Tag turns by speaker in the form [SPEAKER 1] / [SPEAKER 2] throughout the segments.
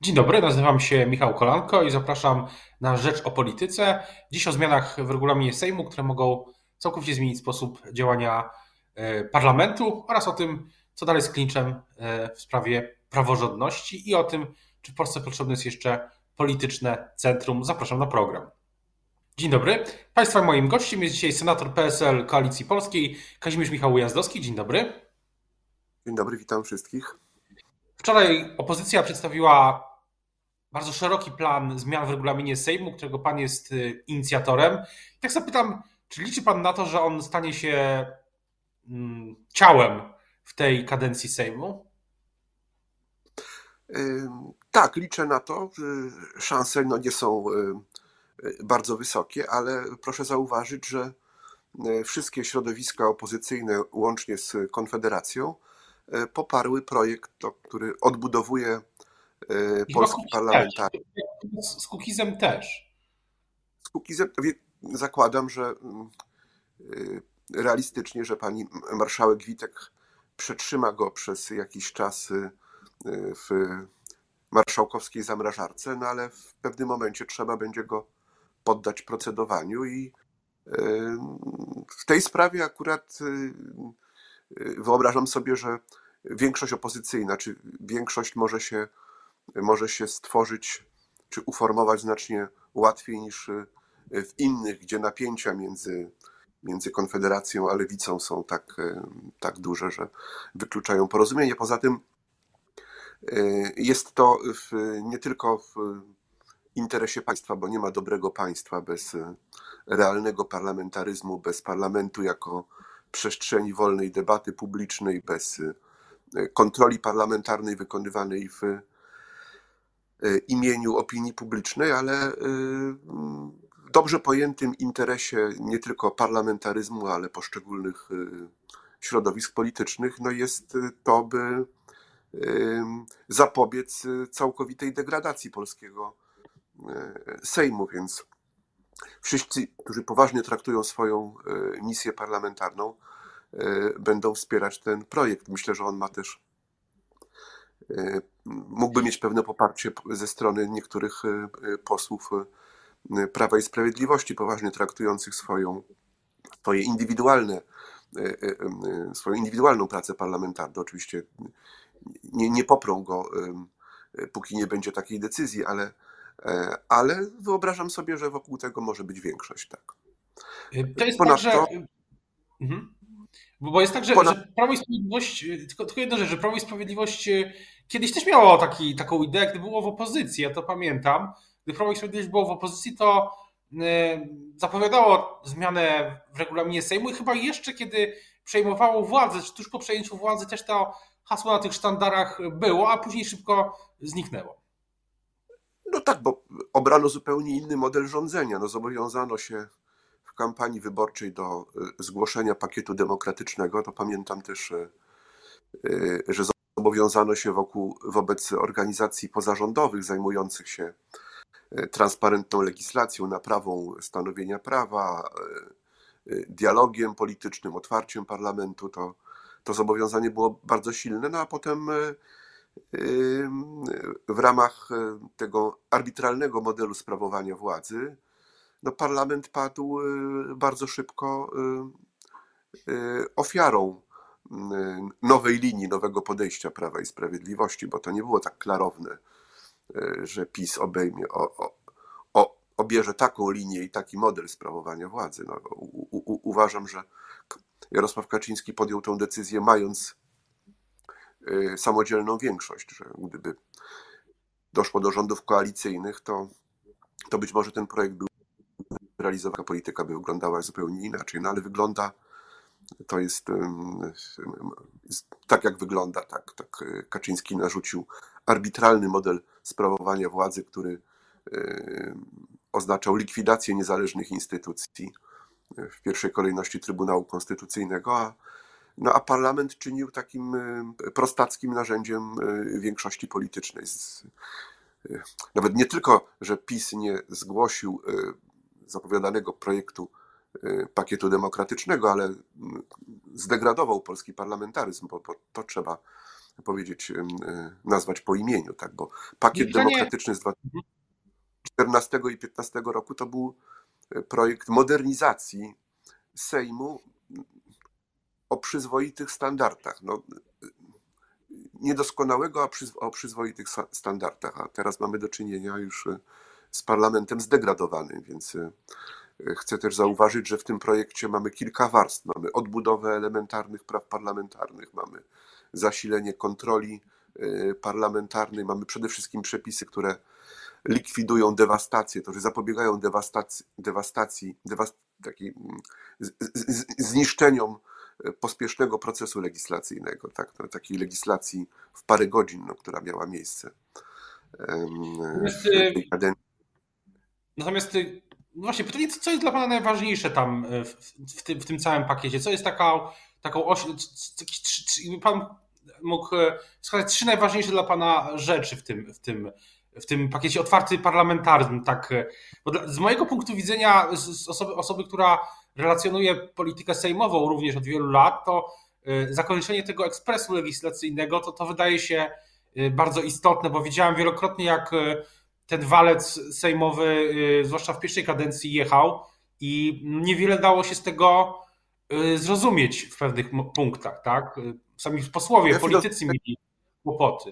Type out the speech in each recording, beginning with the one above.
[SPEAKER 1] Dzień dobry, nazywam się Michał Kolanko i zapraszam na Rzecz o Polityce. Dziś o zmianach w regulaminie Sejmu, które mogą całkowicie zmienić sposób działania parlamentu oraz o tym, co dalej z klinczem w sprawie praworządności i o tym, czy w Polsce potrzebne jest jeszcze polityczne centrum. Zapraszam na program. Dzień dobry. Państwa moim gościem jest dzisiaj senator PSL Koalicji Polskiej Kazimierz Michał Ujazdowski. Dzień dobry.
[SPEAKER 2] Dzień dobry, witam wszystkich.
[SPEAKER 1] Wczoraj opozycja przedstawiła bardzo szeroki plan zmian w regulaminie Sejmu, którego pan jest inicjatorem. I tak zapytam, czy liczy pan na to, że on stanie się ciałem w tej kadencji Sejmu?
[SPEAKER 2] Tak, liczę na to. Szanse nie są bardzo wysokie, ale proszę zauważyć, że wszystkie środowiska opozycyjne, łącznie z Konfederacją, poparły projekt, który odbudowuje
[SPEAKER 1] I chyba
[SPEAKER 2] polski
[SPEAKER 1] Kukiz też.
[SPEAKER 2] parlamentaryzm.
[SPEAKER 1] Z Kukizem też.
[SPEAKER 2] Z Kukizem zakładam, że realistycznie, że pani marszałek Witek przetrzyma go przez jakiś czas w marszałkowskiej zamrażarce, no ale w pewnym momencie trzeba będzie go poddać procedowaniu i w tej sprawie akurat wyobrażam sobie, że większość opozycyjna, czy większość może się stworzyć, czy uformować znacznie łatwiej niż w innych, gdzie napięcia między Konfederacją a Lewicą są tak duże, że wykluczają porozumienie. Poza tym jest to nie tylko w interesie państwa, bo nie ma dobrego państwa bez realnego parlamentaryzmu, bez parlamentu jako przestrzeni wolnej debaty publicznej, bez kontroli parlamentarnej wykonywanej w imieniu opinii publicznej, ale w dobrze pojętym interesie nie tylko parlamentaryzmu, ale poszczególnych środowisk politycznych, no jest to, by zapobiec całkowitej degradacji polskiego Sejmu, więc wszyscy, którzy poważnie traktują swoją misję parlamentarną, będą wspierać ten projekt. Myślę, że on ma też, mógłby mieć pewne poparcie ze strony niektórych posłów Prawa i Sprawiedliwości, poważnie traktujących swoją indywidualną pracę parlamentarną. Oczywiście nie poprą go, póki nie będzie takiej decyzji, ale wyobrażam sobie, że wokół tego może być większość, tak.
[SPEAKER 1] To jest tak, że.
[SPEAKER 2] Ponadto,
[SPEAKER 1] Bo jest tak,
[SPEAKER 2] ponad,
[SPEAKER 1] że Prawo i Sprawiedliwość, tylko jedna rzecz, że Prawo i Sprawiedliwość kiedyś też miało taką ideę, gdy było w opozycji, ja to pamiętam. Gdy Prawo i Sprawiedliwość było w opozycji, to zapowiadało zmianę w regulaminie Sejmu i chyba jeszcze kiedy przejmowało władzę, czy tuż po przejęciu władzy też to hasło na tych sztandarach było, a później szybko zniknęło.
[SPEAKER 2] no tak, bo obrano zupełnie inny model rządzenia. No, zobowiązano się w kampanii wyborczej do zgłoszenia pakietu demokratycznego. To pamiętam też, że zobowiązano się wobec organizacji pozarządowych zajmujących się transparentną legislacją, naprawą stanowienia prawa, dialogiem politycznym, otwarciem parlamentu. To zobowiązanie było bardzo silne, no a potem w ramach tego arbitralnego modelu sprawowania władzy, no parlament padł bardzo szybko ofiarą nowej linii, nowego podejścia Prawa i Sprawiedliwości, bo to nie było tak klarowne, że PiS obierze taką linię i taki model sprawowania władzy. No, uważam, że Jarosław Kaczyński podjął tę decyzję, mając samodzielną większość, że gdyby doszło do rządów koalicyjnych, to być może ten projekt był realizowany, polityka by wyglądała zupełnie inaczej. No ale wygląda, to jest tak jak wygląda, tak Kaczyński narzucił arbitralny model sprawowania władzy, który oznaczał likwidację niezależnych instytucji, w pierwszej kolejności Trybunału Konstytucyjnego, a parlament czynił takim prostackim narzędziem większości politycznej. Nawet nie tylko, że PiS nie zgłosił zapowiadanego projektu pakietu demokratycznego, ale zdegradował polski parlamentaryzm, bo to trzeba powiedzieć, nazwać po imieniu, tak, bo pakiet
[SPEAKER 1] Pytanie,
[SPEAKER 2] demokratyczny z 2014 i 2015 roku to był projekt modernizacji Sejmu o przyzwoitych standardach. No, niedoskonałego, o przyzwoitych standardach, a teraz mamy do czynienia już z parlamentem zdegradowanym, więc chcę też zauważyć, że w tym projekcie mamy kilka warstw. Mamy odbudowę elementarnych praw parlamentarnych, mamy zasilenie kontroli parlamentarnej, mamy przede wszystkim przepisy, które likwidują dewastację, to, że zapobiegają zniszczeniom pospiesznego procesu legislacyjnego, tak? No, takiej legislacji w parę godzin, no, która miała miejsce
[SPEAKER 1] natomiast,
[SPEAKER 2] w tej kadencji.
[SPEAKER 1] natomiast no właśnie pytanie, co jest dla Pana najważniejsze tam w tym całym pakiecie? Co jest taką oś, jakby Pan mógł wskazać trzy najważniejsze dla Pana rzeczy w tym pakiecie otwarty parlamentaryzm, tak? Bo z mojego punktu widzenia, z osoby, która relacjonuje politykę sejmową również od wielu lat, to zakończenie tego ekspresu legislacyjnego to wydaje się bardzo istotne, bo widziałem wielokrotnie, jak ten walec sejmowy, zwłaszcza w pierwszej kadencji, jechał i niewiele dało się z tego zrozumieć w pewnych punktach, tak? Sami posłowie, politycy mieli kłopoty.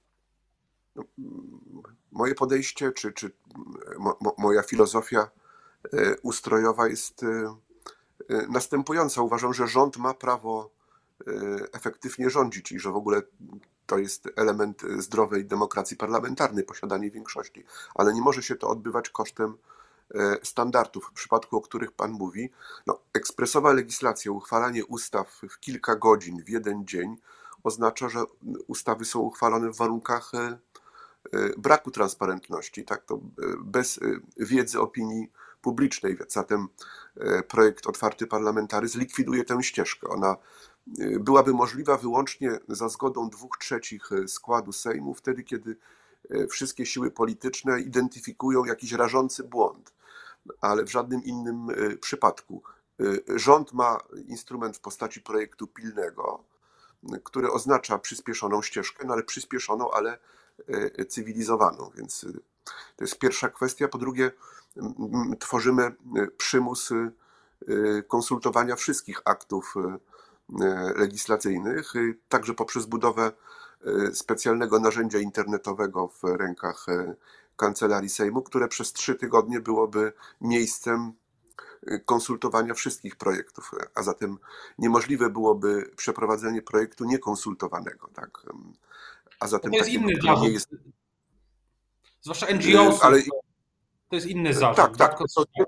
[SPEAKER 2] Moje podejście, czy moja filozofia ustrojowa jest następująca. Uważam, że rząd ma prawo efektywnie rządzić i że w ogóle to jest element zdrowej demokracji parlamentarnej, posiadanie większości, ale nie może się to odbywać kosztem standardów, w przypadku o których Pan mówi. No, ekspresowa legislacja, uchwalanie ustaw w kilka godzin, w jeden dzień oznacza, że ustawy są uchwalone w warunkach braku transparentności, tak, to bez wiedzy opinii publicznej. Zatem projekt Otwarty Parlamentaryzm likwiduje tę ścieżkę. Ona byłaby możliwa wyłącznie za zgodą 2/3 składu Sejmu, wtedy kiedy wszystkie siły polityczne identyfikują jakiś rażący błąd, ale w żadnym innym przypadku. Rząd ma instrument w postaci projektu pilnego, który oznacza przyspieszoną ścieżkę, no ale przyspieszoną, ale cywilizowaną, więc to jest pierwsza kwestia. Po drugie, tworzymy przymus konsultowania wszystkich aktów legislacyjnych, także poprzez budowę specjalnego narzędzia internetowego w rękach Kancelarii Sejmu, które przez 3 tygodnie byłoby miejscem konsultowania wszystkich projektów, a zatem niemożliwe byłoby przeprowadzenie projektu niekonsultowanego, tak? A zatem
[SPEAKER 1] To jest
[SPEAKER 2] takiego,
[SPEAKER 1] inny
[SPEAKER 2] który
[SPEAKER 1] zarzut,
[SPEAKER 2] nie jest.
[SPEAKER 1] zwłaszcza NGO-sów,
[SPEAKER 2] Ale
[SPEAKER 1] to jest inny zarzut.
[SPEAKER 2] tak, tak.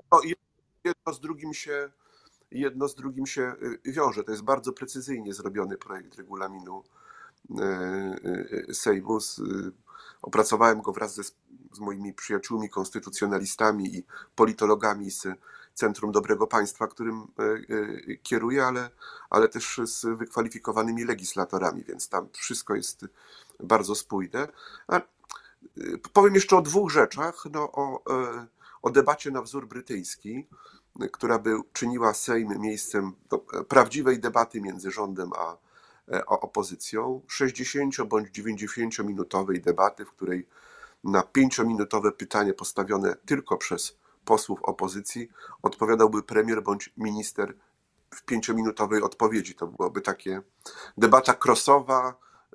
[SPEAKER 2] Jedno z drugim się wiąże. To jest bardzo precyzyjnie zrobiony projekt regulaminu Sejmu. Opracowałem go wraz z moimi przyjaciółmi, konstytucjonalistami i politologami z Centrum Dobrego Państwa, którym kieruję, ale też z wykwalifikowanymi legislatorami, więc tam wszystko jest bardzo spójne. A powiem jeszcze o 2 rzeczach. No, o debacie na wzór brytyjski, która by czyniła Sejm miejscem prawdziwej debaty między rządem a opozycją, 60 bądź 90-minutowej debaty, w której na 5-minutowe pytanie postawione tylko przez posłów opozycji odpowiadałby premier bądź minister w 5-minutowej odpowiedzi. To byłaby takie debata crossowa,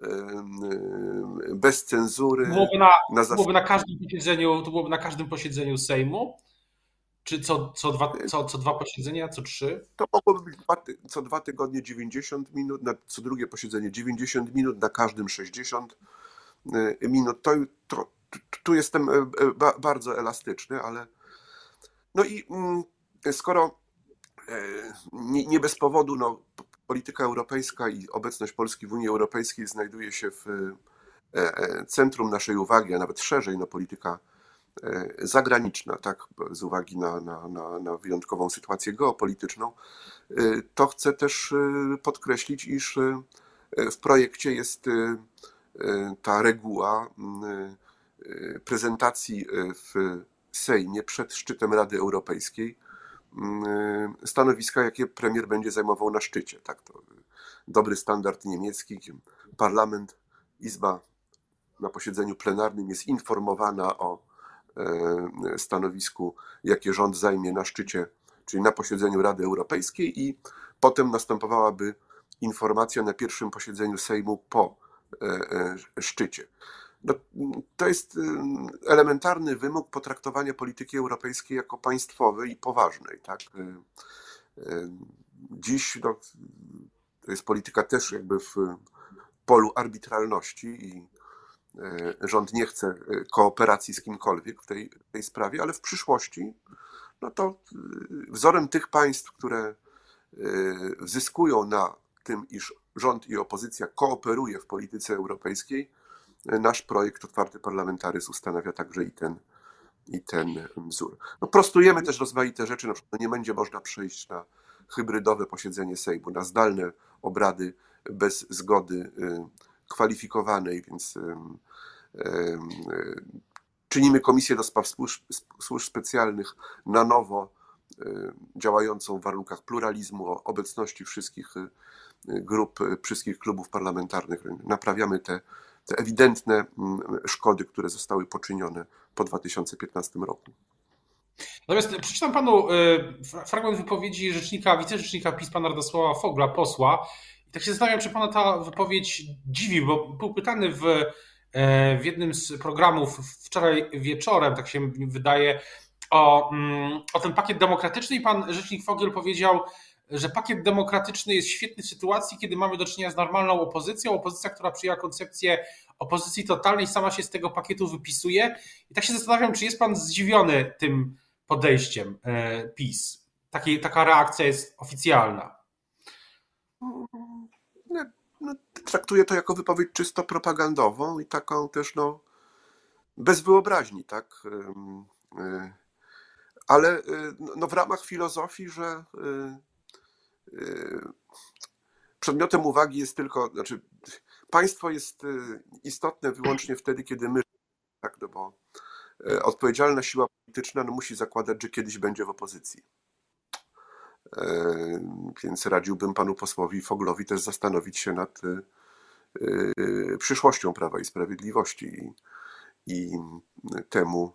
[SPEAKER 2] bez cenzury.
[SPEAKER 1] To byłoby na każdym posiedzeniu Sejmu? Czy co dwa posiedzenia, co 3?
[SPEAKER 2] To mogłoby być co 2 tygodnie 90 minut, na co drugie posiedzenie 90 minut, na każdym 60 minut. Tu jestem bardzo elastyczny, ale no i skoro nie bez powodu polityka europejska i obecność Polski w Unii Europejskiej znajduje się w centrum naszej uwagi, a nawet szerzej, polityka zagraniczna, tak, z uwagi na wyjątkową sytuację geopolityczną, to chcę też podkreślić, iż w projekcie jest ta reguła prezentacji w Sejmie przed szczytem Rady Europejskiej stanowiska, jakie premier będzie zajmował na szczycie. Tak, to dobry standard niemiecki, parlament Izba na posiedzeniu plenarnym jest informowana o stanowisku, jakie rząd zajmie na szczycie, czyli na posiedzeniu Rady Europejskiej, i potem następowałaby informacja na pierwszym posiedzeniu Sejmu po szczycie. No, to jest elementarny wymóg potraktowania polityki europejskiej jako państwowej i poważnej. Tak? Dziś no, to jest polityka też jakby w polu arbitralności i rząd nie chce kooperacji z kimkolwiek w tej sprawie, ale w przyszłości no to wzorem tych państw, które zyskują na tym, iż rząd i opozycja kooperuje w polityce europejskiej, nasz projekt Otwarty Parlamentaryzm ustanawia także i ten wzór. No, prostujemy też rozmaite rzeczy, na przykład nie będzie można przejść na hybrydowe posiedzenie Sejmu, na zdalne obrady bez zgody kwalifikowanej, więc czynimy Komisję do Spraw Służb Specjalnych na nowo, działającą w warunkach pluralizmu, o obecności wszystkich grup, wszystkich klubów parlamentarnych. Naprawiamy te ewidentne szkody, które zostały poczynione po 2015 roku.
[SPEAKER 1] Natomiast przeczytam panu fragment wypowiedzi wicerzecznika PiS, pana Radosława Fogla, posła. I tak się zastanawiam, czy pana ta wypowiedź dziwi, bo był pytany w jednym z programów wczoraj wieczorem, tak się mi wydaje, o ten pakiet demokratyczny, i pan rzecznik Fogiel powiedział, że pakiet demokratyczny jest świetny w sytuacji, kiedy mamy do czynienia z normalną opozycją. Opozycja, która przyjęła koncepcję opozycji totalnej, sama się z tego pakietu wypisuje. I tak się zastanawiam, czy jest pan zdziwiony tym podejściem PiS? Taka reakcja jest oficjalna.
[SPEAKER 2] No, traktuję to jako wypowiedź czysto propagandową i taką też no, bez wyobraźni, tak? Ale no, w ramach filozofii, że przedmiotem uwagi jest tylko, znaczy państwo jest istotne wyłącznie wtedy, kiedy my, tak? No bo odpowiedzialna siła polityczna no, musi zakładać, że kiedyś będzie w opozycji. Więc radziłbym panu posłowi Foglowi też zastanowić się nad przyszłością Prawa i Sprawiedliwości i temu,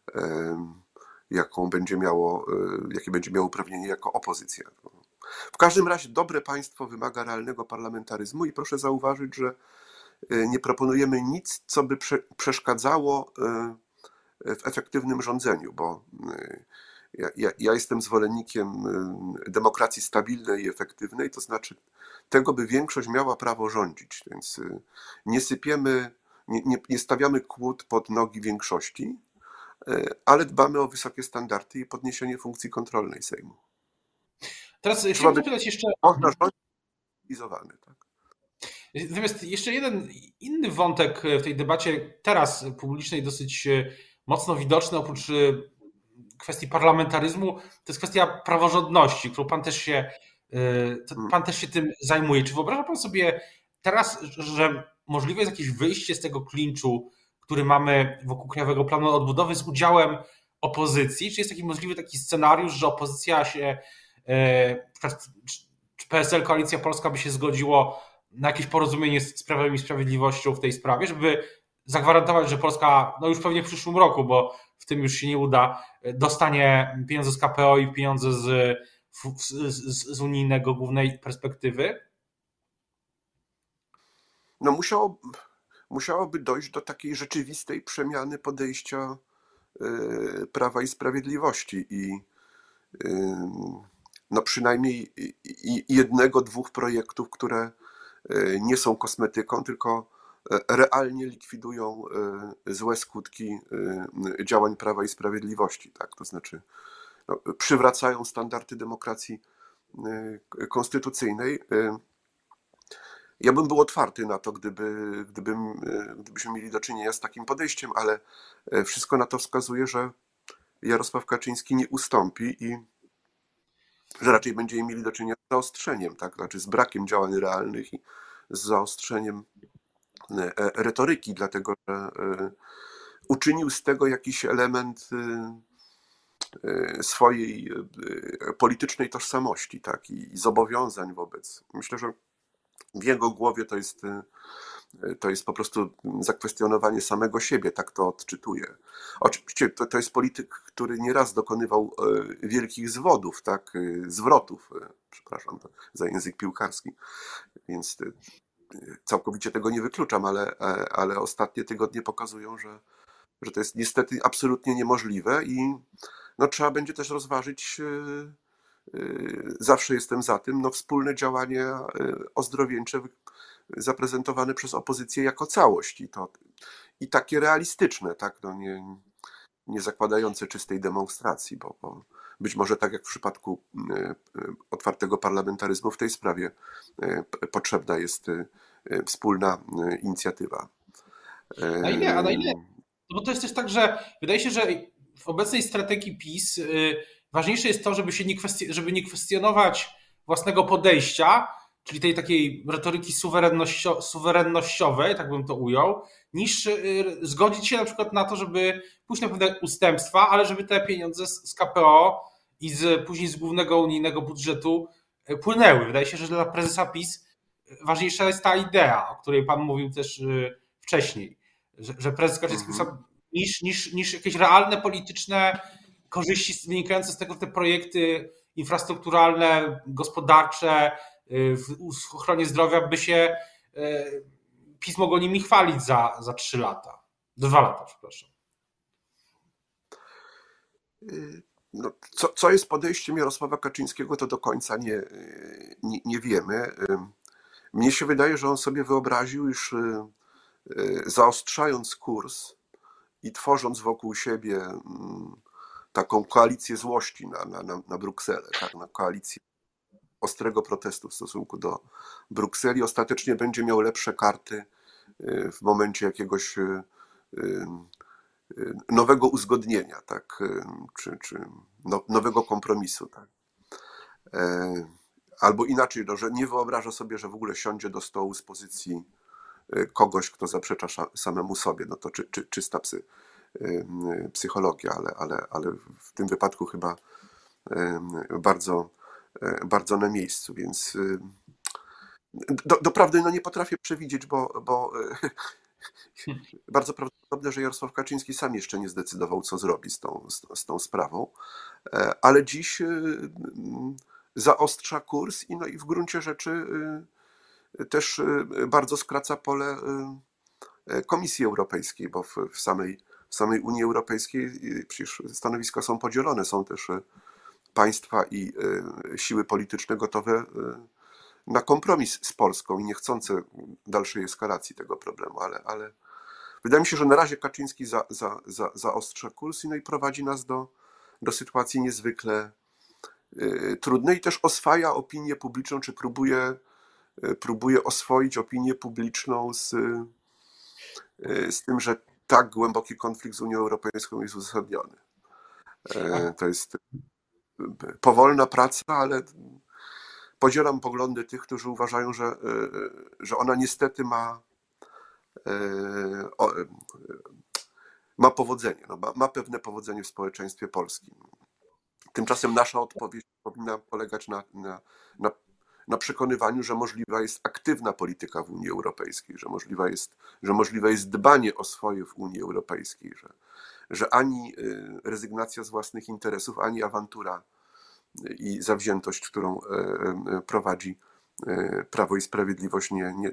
[SPEAKER 2] jakie będzie miało uprawnienie jako opozycja. W każdym razie dobre państwo wymaga realnego parlamentaryzmu i proszę zauważyć, że nie proponujemy nic, co by przeszkadzało w efektywnym rządzeniu, bo ja jestem zwolennikiem demokracji stabilnej i efektywnej, to znaczy tego, by większość miała prawo rządzić, więc nie sypiemy, nie stawiamy kłód pod nogi większości, ale dbamy o wysokie standardy i podniesienie funkcji kontrolnej Sejmu.
[SPEAKER 1] Teraz chciałbym zapytać jeszcze...
[SPEAKER 2] Można rządzić zrealizowany, tak?
[SPEAKER 1] Natomiast jeszcze jeden inny wątek w tej debacie, teraz publicznej, dosyć mocno widoczny, oprócz kwestii parlamentaryzmu, to jest kwestia praworządności, którą pan też się tym zajmuje. Czy wyobraża pan sobie teraz, że możliwe jest jakieś wyjście z tego klinczu, który mamy wokół Krajowego Planu Odbudowy, z udziałem opozycji? Czy jest możliwy taki scenariusz, że opozycja się, czy PSL, Koalicja Polska by się zgodziło na jakieś porozumienie z Prawem i Sprawiedliwością w tej sprawie, żeby zagwarantować, że Polska, no już pewnie w przyszłym roku, bo w tym już się nie uda, dostanie pieniądze z KPO i pieniądze z unijnego głównej perspektywy?
[SPEAKER 2] No musiałoby dojść do takiej rzeczywistej przemiany podejścia Prawa i Sprawiedliwości i no przynajmniej jednego, dwóch projektów, które nie są kosmetyką, tylko realnie likwidują złe skutki działań Prawa i Sprawiedliwości, tak? To znaczy no, przywracają standardy demokracji konstytucyjnej. Ja bym był otwarty na to, gdybyśmy mieli do czynienia z takim podejściem, ale wszystko na to wskazuje, że Jarosław Kaczyński nie ustąpi i że raczej będziemy mieli do czynienia z zaostrzeniem, tak? Znaczy z brakiem działań realnych i z zaostrzeniem retoryki, dlatego że uczynił z tego jakiś element swojej politycznej tożsamości, tak? I zobowiązań wobec. Myślę, że w jego głowie to jest To jest po prostu zakwestionowanie samego siebie, tak to odczytuję. Oczywiście to jest polityk, który nieraz dokonywał wielkich zwodów, tak, zwrotów, przepraszam za język piłkarski, więc całkowicie tego nie wykluczam, ale ostatnie tygodnie pokazują, że to jest niestety absolutnie niemożliwe i no, trzeba będzie też rozważyć, zawsze jestem za tym, no, wspólne działanie ozdrowieńcze zaprezentowane przez opozycję jako całość i takie realistyczne, tak, no nie zakładające czystej demonstracji, bo być może tak jak w przypadku otwartego parlamentaryzmu w tej sprawie potrzebna jest wspólna inicjatywa.
[SPEAKER 1] A na ile? No bo to jest też tak, że wydaje się, że w obecnej strategii PiS ważniejsze jest to, żeby nie kwestionować własnego podejścia, czyli tej takiej retoryki suwerennościowej, tak bym to ujął, niż zgodzić się na przykład na to, żeby pójść na pewne ustępstwa, ale żeby te pieniądze z KPO i później z głównego unijnego budżetu płynęły. Wydaje się, że dla prezesa PiS ważniejsza jest ta idea, o której pan mówił też wcześniej, że prezes Kaczyński niż jakieś realne polityczne korzyści wynikające z tego, że te projekty infrastrukturalne, gospodarcze, w ochronie zdrowia by się PiS mogło nimi chwalić za 3 lata. 2 lata, przepraszam.
[SPEAKER 2] No, co jest podejściem Jarosława Kaczyńskiego, to do końca nie wiemy. Mnie się wydaje, że on sobie wyobraził, iż zaostrzając kurs i tworząc wokół siebie taką koalicję złości na Brukselę, tak, na koalicję ostrego protestu w stosunku do Brukseli, ostatecznie będzie miał lepsze karty w momencie jakiegoś nowego uzgodnienia, tak, czy nowego kompromisu. Tak. Albo inaczej, no, że nie wyobraża sobie, że w ogóle siądzie do stołu z pozycji kogoś, kto zaprzecza samemu sobie. No to czysta psychologia, ale w tym wypadku chyba bardzo, bardzo na miejscu, więc doprawdy no nie potrafię przewidzieć, bo bardzo prawdopodobne, że Jarosław Kaczyński sam jeszcze nie zdecydował, co zrobi z tą sprawą, ale dziś zaostrza kurs no i w gruncie rzeczy też bardzo skraca pole Komisji Europejskiej, bo w samej Unii Europejskiej przecież stanowiska są podzielone, są też państwa i siły polityczne gotowe na kompromis z Polską i niechcące dalszej eskalacji tego problemu, ale wydaje mi się, że na razie Kaczyński zaostrza kurs no i prowadzi nas do sytuacji niezwykle trudnej i też oswaja opinię publiczną, czy próbuje oswoić opinię publiczną z tym, że tak głęboki konflikt z Unią Europejską jest uzasadniony. To jest powolna praca, ale podzielam poglądy tych, którzy uważają, że ona niestety ma powodzenie, no, ma pewne powodzenie w społeczeństwie polskim. Tymczasem nasza odpowiedź powinna polegać na przekonywaniu, że możliwa jest aktywna polityka w Unii Europejskiej, że możliwe jest dbanie o swoje w Unii Europejskiej, że ani rezygnacja z własnych interesów, ani awantura i zawziętość, którą prowadzi Prawo i Sprawiedliwość,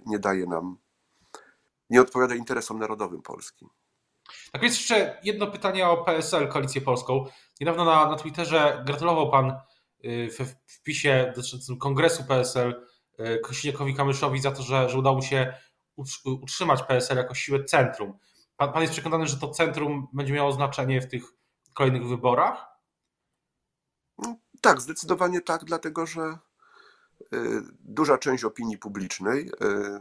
[SPEAKER 2] nie odpowiada interesom narodowym Polski.
[SPEAKER 1] Tak jest, jeszcze jedno pytanie o PSL, Koalicję Polską. Niedawno na Twitterze gratulował pan w wpisie dotyczącym kongresu PSL Kosiniakowi-Kamyszowi za to, że udało mu się utrzymać PSL jako siłę centrum. Pan jest przekonany, że to centrum będzie miało znaczenie w tych kolejnych wyborach?
[SPEAKER 2] Tak, zdecydowanie tak, dlatego że duża część opinii publicznej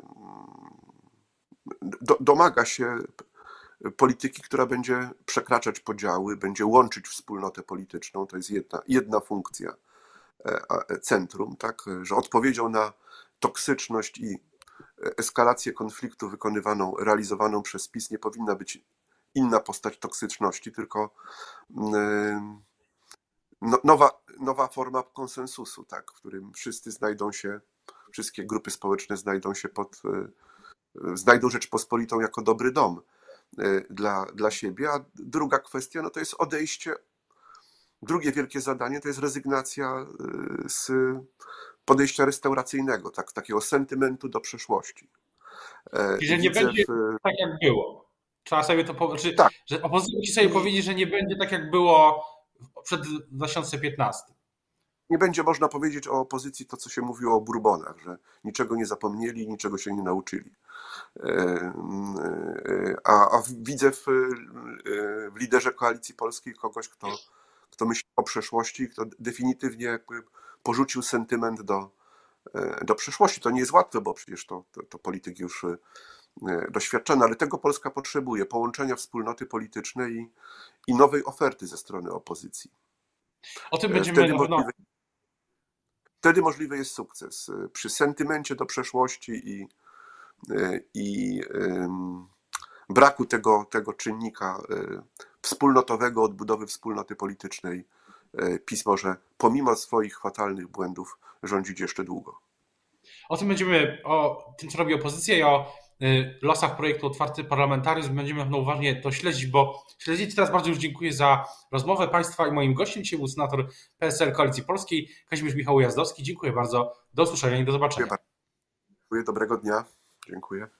[SPEAKER 2] domaga się polityki, która będzie przekraczać podziały, będzie łączyć wspólnotę polityczną. To jest jedna funkcja centrum, tak, że odpowiedzią na toksyczność i eskalację konfliktu realizowaną przez PiS nie powinna być inna postać toksyczności, tylko nowa forma konsensusu, tak, w którym wszystkie grupy społeczne znajdą się znajdą Rzeczpospolitą jako dobry dom dla siebie. A druga kwestia, no to jest odejście. Drugie wielkie zadanie to jest rezygnacja z podejścia restauracyjnego, takiego sentymentu do przeszłości.
[SPEAKER 1] I że nie
[SPEAKER 2] Widzę
[SPEAKER 1] będzie tak, jak było. Trzeba sobie to
[SPEAKER 2] tak,
[SPEAKER 1] że opozycja musi sobie powiedzieć, że nie będzie tak, jak było przed 2015.
[SPEAKER 2] nie będzie można powiedzieć o opozycji to, co się mówiło o Bourbonach, że niczego nie zapomnieli, niczego się nie nauczyli. A widzę w liderze Koalicji Polskiej kogoś, kto myśli o przeszłości, kto definitywnie jakby porzucił sentyment do przeszłości. To nie jest łatwe, bo przecież to polityk już doświadczony, ale tego Polska potrzebuje, połączenia wspólnoty politycznej i nowej oferty ze strony opozycji.
[SPEAKER 1] O tym będziemy
[SPEAKER 2] Wtedy możliwy jest sukces. Przy sentymencie do przeszłości i braku tego czynnika wspólnotowego, odbudowy wspólnoty politycznej, PiS może pomimo swoich fatalnych błędów rządzić jeszcze długo.
[SPEAKER 1] O tym, co robi opozycja i o losach projektu Otwarty Parlamentaryzm będziemy uważnie to śledzić, bo śledzić. Teraz bardzo już dziękuję za rozmowę Państwa i moim gościem dzisiaj był senator PSL Koalicji Polskiej Kazimierz Michał Ujazdowski. Dziękuję bardzo. Do usłyszenia i do zobaczenia.
[SPEAKER 2] Dziękuję. Dobrego dnia. Dziękuję.